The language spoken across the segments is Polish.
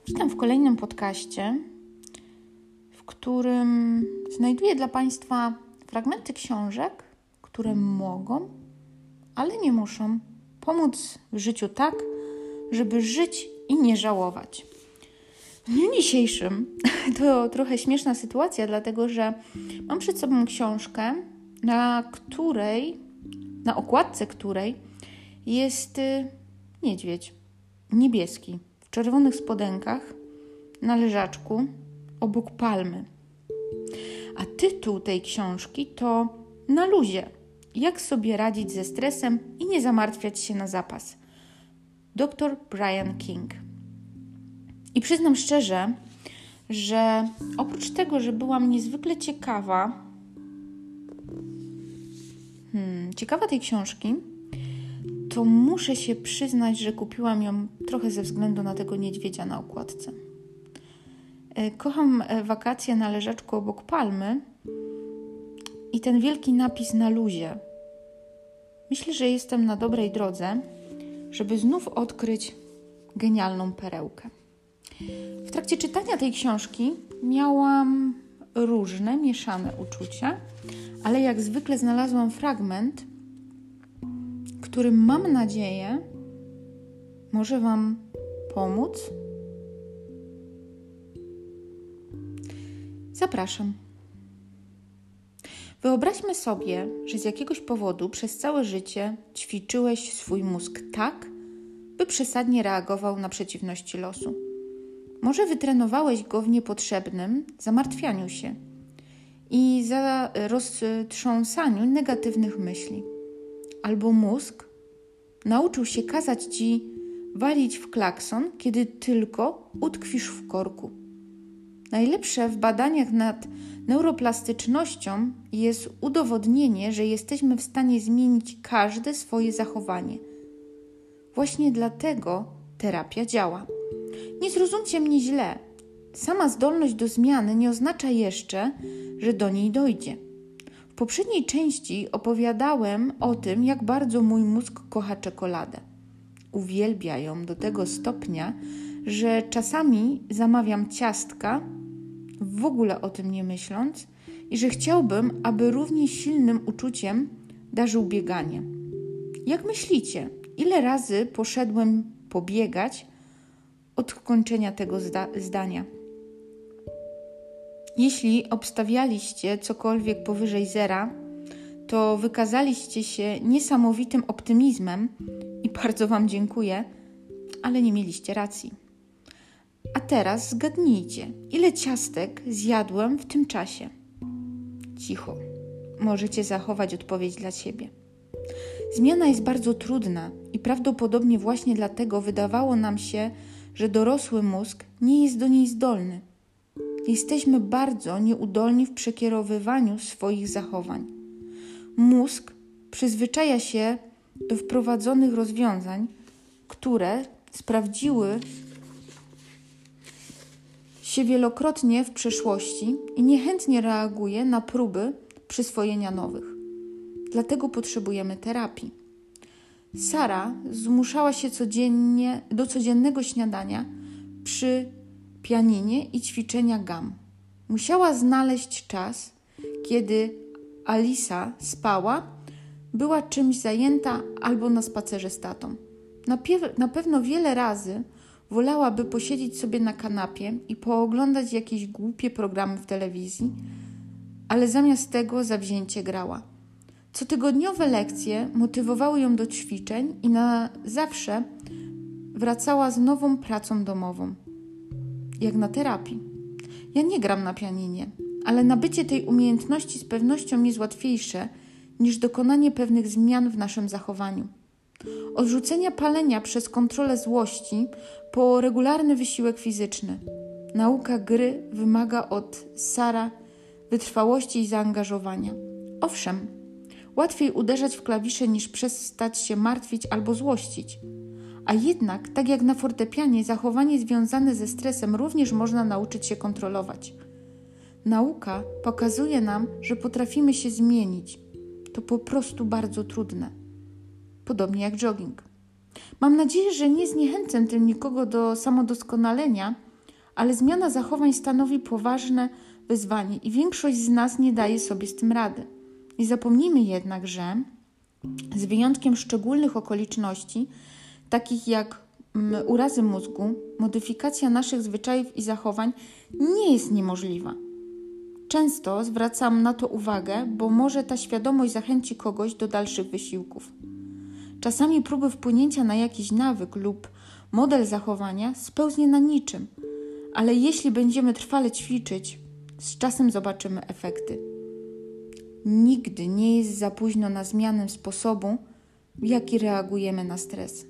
Witam w kolejnym podcaście, w którym znajduję dla Państwa fragmenty książek, które mogą, ale nie muszą pomóc w życiu tak, żeby żyć i nie żałować. W dniu dzisiejszym to trochę śmieszna sytuacja, dlatego że mam przed sobą książkę, na okładce której jest niedźwiedź niebieski w czerwonych spodenkach, na leżaczku, obok palmy. A tytuł tej książki to Na luzie. Jak sobie radzić ze stresem i nie zamartwiać się na zapas. Dr Brian King. I przyznam szczerze, że oprócz tego, że byłam niezwykle ciekawa tej książki, to muszę się przyznać, że kupiłam ją trochę ze względu na tego niedźwiedzia na okładce. Kocham wakacje na leżaczku obok palmy i ten wielki napis na luzie. Myślę, że jestem na dobrej drodze, żeby znów odkryć genialną perełkę. W trakcie czytania tej książki miałam różne, mieszane uczucia, ale jak zwykle znalazłam fragment, który mam nadzieję może Wam pomóc. Zapraszam. Wyobraźmy sobie, że z jakiegoś powodu przez całe życie ćwiczyłeś swój mózg tak, by przesadnie reagował na przeciwności losu. Może wytrenowałeś go w niepotrzebnym zamartwianiu się i roztrząsaniu negatywnych myśli. Albo mózg nauczył się kazać Ci walić w klakson, kiedy tylko utkwisz w korku. Najlepsze w badaniach nad neuroplastycznością jest udowodnienie, że jesteśmy w stanie zmienić każde swoje zachowanie. Właśnie dlatego terapia działa. Nie zrozumcie mnie źle. Sama zdolność do zmiany nie oznacza jeszcze, że do niej dojdzie. W poprzedniej części opowiadałem o tym, jak bardzo mój mózg kocha czekoladę. Uwielbia ją do tego stopnia, że czasami zamawiam ciastka, w ogóle o tym nie myśląc, i że chciałbym, aby równie silnym uczuciem darzył bieganie. Jak myślicie, ile razy poszedłem pobiegać od kończenia tego zdania? Jeśli obstawialiście cokolwiek powyżej zera, to wykazaliście się niesamowitym optymizmem i bardzo Wam dziękuję, ale nie mieliście racji. A teraz zgadnijcie, ile ciastek zjadłem w tym czasie? Cicho, możecie zachować odpowiedź dla siebie. Zmiana jest bardzo trudna i prawdopodobnie właśnie dlatego wydawało nam się, że dorosły mózg nie jest do niej zdolny. Jesteśmy bardzo nieudolni w przekierowywaniu swoich zachowań. Mózg przyzwyczaja się do wprowadzonych rozwiązań, które sprawdziły się wielokrotnie w przeszłości i niechętnie reaguje na próby przyswojenia nowych. Dlatego potrzebujemy terapii. Sara zmuszała się do codziennego śniadania przy pianinie i ćwiczenia gam. Musiała znaleźć czas, kiedy Alisa spała, była czymś zajęta albo na spacerze z tatą. Na pewno wiele razy wolałaby posiedzieć sobie na kanapie i pooglądać jakieś głupie programy w telewizji, ale zamiast tego zawzięcie grała. Cotygodniowe lekcje motywowały ją do ćwiczeń i na zawsze wracała z nową pracą domową. Jak na terapii. Ja nie gram na pianinie, ale nabycie tej umiejętności z pewnością jest łatwiejsze niż dokonanie pewnych zmian w naszym zachowaniu. Odrzucenia palenia przez kontrolę złości po regularny wysiłek fizyczny. Nauka gry wymaga od Sara wytrwałości i zaangażowania. Owszem, łatwiej uderzać w klawisze niż przestać się martwić albo złościć. A jednak, tak jak na fortepianie, zachowanie związane ze stresem również można nauczyć się kontrolować. Nauka pokazuje nam, że potrafimy się zmienić. To po prostu bardzo trudne. Podobnie jak jogging. Mam nadzieję, że nie zniechęcę tym nikogo do samodoskonalenia, ale zmiana zachowań stanowi poważne wyzwanie i większość z nas nie daje sobie z tym rady. Nie zapomnijmy jednak, że z wyjątkiem szczególnych okoliczności, takich jak urazy mózgu, modyfikacja naszych zwyczajów i zachowań nie jest niemożliwa. Często zwracam na to uwagę, bo może ta świadomość zachęci kogoś do dalszych wysiłków. Czasami próby wpłynięcia na jakiś nawyk lub model zachowania spełznie na niczym, ale jeśli będziemy trwale ćwiczyć, z czasem zobaczymy efekty. Nigdy nie jest za późno na zmianę sposobu, w jaki reagujemy na stres.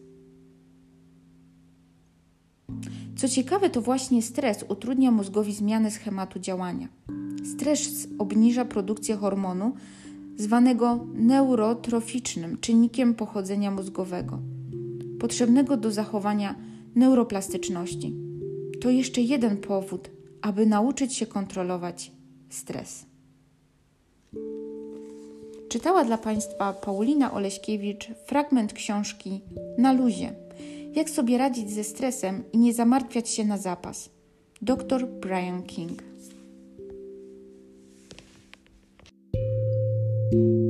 Co ciekawe, to właśnie stres utrudnia mózgowi zmianę schematu działania. Stres obniża produkcję hormonu zwanego neurotroficznym, czynnikiem pochodzenia mózgowego, potrzebnego do zachowania neuroplastyczności. To jeszcze jeden powód, aby nauczyć się kontrolować stres. Czytała dla Państwa Paulina Oleśkiewicz fragment książki Na luzie. Jak sobie radzić ze stresem i nie zamartwiać się na zapas. Dr Brian King.